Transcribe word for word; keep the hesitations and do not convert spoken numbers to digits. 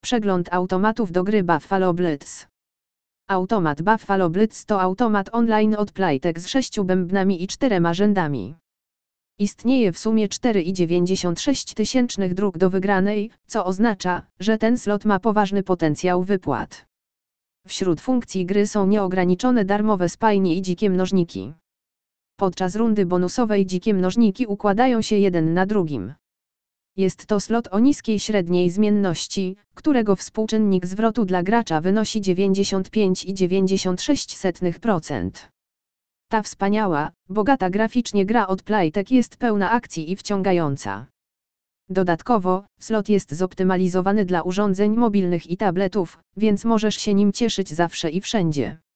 Przegląd automatów do gry Buffalo Blitz. Automat Buffalo Blitz to automat online od Playtech z sześciu bębnami i czterema rzędami. Istnieje w sumie cztery przecinek dziewięćdziesiąt sześć tysięcznych dróg do wygranej, co oznacza, że ten slot ma poważny potencjał wypłat. Wśród funkcji gry są nieograniczone darmowe spajnie i dzikie mnożniki. Podczas rundy bonusowej dzikie mnożniki układają się jeden na drugim. Jest to slot o niskiej średniej zmienności, którego współczynnik zwrotu dla gracza wynosi dziewięćdziesiąt pięć przecinek dziewięćdziesiąt sześć procent. Ta wspaniała, bogata graficznie gra od Playtech jest pełna akcji i wciągająca. Dodatkowo, slot jest zoptymalizowany dla urządzeń mobilnych i tabletów, więc możesz się nim cieszyć zawsze i wszędzie.